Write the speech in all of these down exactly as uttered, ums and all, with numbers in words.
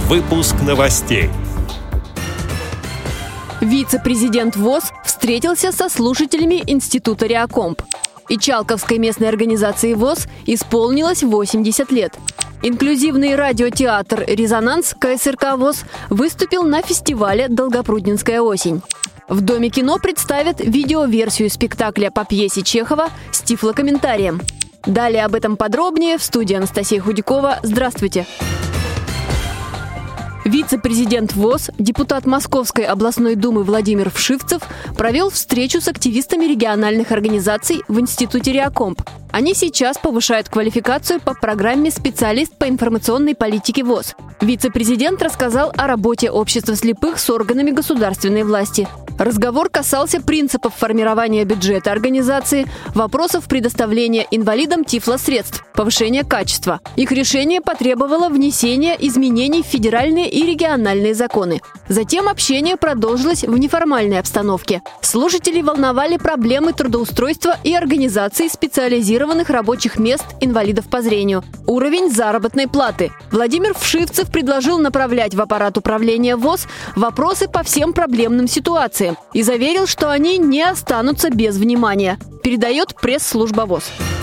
Выпуск новостей. Вице-президент ВОС встретился со слушателями Института Реакомп. Ичалковской местной организации ВОС исполнилось восемьдесят лет. Инклюзивный радиотеатр «Резонанс» ка эс эр ка ВОС выступил на фестивале «Долгопрудненская осень». В Доме кино представят видеоверсию спектакля по пьесе Чехова с тифлокомментарием. Далее об этом подробнее в студии Анастасия Худякова. Здравствуйте! Вице-президент ВОС, депутат Московской областной думы Владимир Вшивцев провел встречу с активистами региональных организаций в Институте Реакомп. Они сейчас повышают квалификацию по программе «Специалист по информационной политике ВОС». Вице-президент рассказал о работе общества слепых с органами государственной власти. Разговор касался принципов формирования бюджета организации, вопросов предоставления инвалидам тифлосредств, повышения качества. Их решение потребовало внесения изменений в федеральные и региональные законы. Затем общение продолжилось в неформальной обстановке. Слушателей волновали проблемы трудоустройства и организации специализированных рабочих мест инвалидов по зрению, уровень заработной платы. Владимир Вшивцев предложил направлять в аппарат управления ВОС вопросы по всем проблемным ситуациям и заверил, что они не останутся без внимания. Передает пресс-служба ВОС.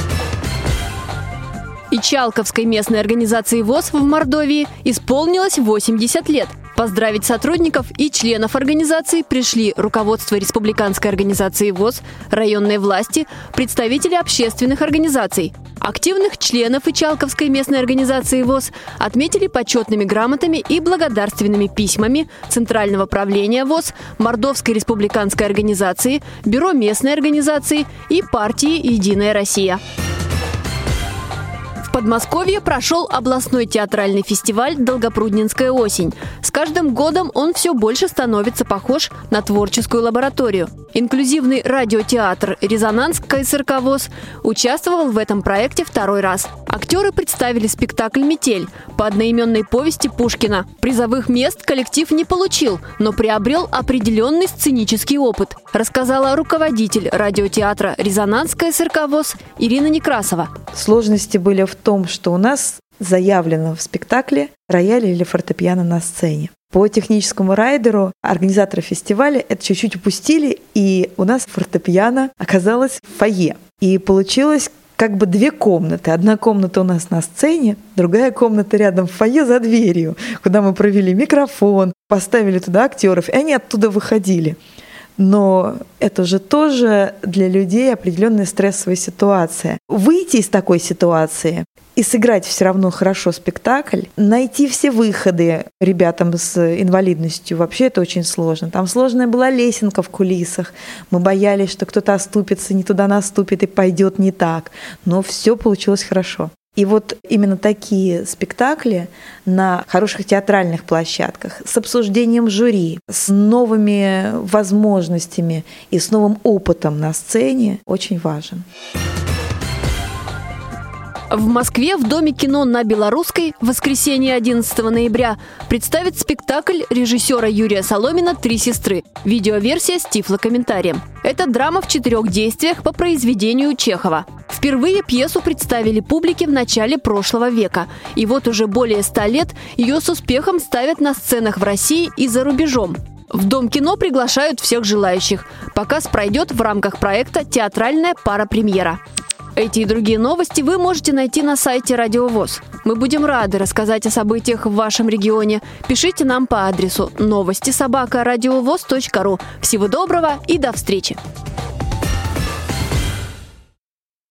Ичалковской местной организации ВОС в Мордовии исполнилось восемьдесят лет. Поздравить сотрудников и членов организации пришли руководство республиканской организации ВОС, районной власти, представители общественных организаций. Активных членов Ичалковской местной организации ВОС отметили почетными грамотами и благодарственными письмами Центрального правления ВОС, Мордовской республиканской организации, Бюро местной организации и партии «Единая Россия». В Подмосковье прошел областной театральный фестиваль «Долгопрудненская осень». С каждым годом он все больше становится похож на творческую лабораторию. Инклюзивный радиотеатр «Резонанс» ка эс эр ка ВОС участвовал в этом проекте второй раз. Актеры представили спектакль «Метель» по одноименной повести Пушкина. Призовых мест коллектив не получил, но приобрел определенный сценический опыт, рассказала руководитель радиотеатра «Резонанс» ка эс эр ка ВОС Ирина Некрасова. Сложности были в том, что у нас заявлено в спектакле рояль или фортепиано на сцене. По техническому райдеру организаторы фестиваля это чуть-чуть упустили, и у нас фортепиано оказалось в фойе. И получилось как бы две комнаты. Одна комната у нас на сцене, другая комната рядом в фойе за дверью, куда мы провели микрофон, поставили туда актеров, и они оттуда выходили. Но это же тоже для людей определенная стрессовая ситуация. Выйти из такой ситуации и сыграть все равно хорошо спектакль, найти все выходы ребятам с инвалидностью, вообще это очень сложно. Там сложная была лесенка в кулисах. Мы боялись, что кто-то оступится, не туда наступит и пойдет не так. Но все получилось хорошо. И вот именно такие спектакли на хороших театральных площадках, с обсуждением жюри, с новыми возможностями и с новым опытом на сцене очень важен. В Москве в Доме кино на Белорусской в воскресенье одиннадцатого ноября представит спектакль режиссера Юрия Соломина «Три сестры». Видеоверсия с тифлокомментарием. Это драма в четырех действиях по произведению Чехова. Впервые пьесу представили публике в начале прошлого века. И вот уже более ста лет ее с успехом ставят на сценах в России и за рубежом. В Дом кино приглашают всех желающих. Показ пройдет в рамках проекта «Театральная пара-премьера». Эти и другие новости вы можете найти на сайте Радио ВОС. Мы будем рады рассказать о событиях в вашем регионе. Пишите нам по адресу новости собака радиовос точка ру. Всего доброго и до встречи!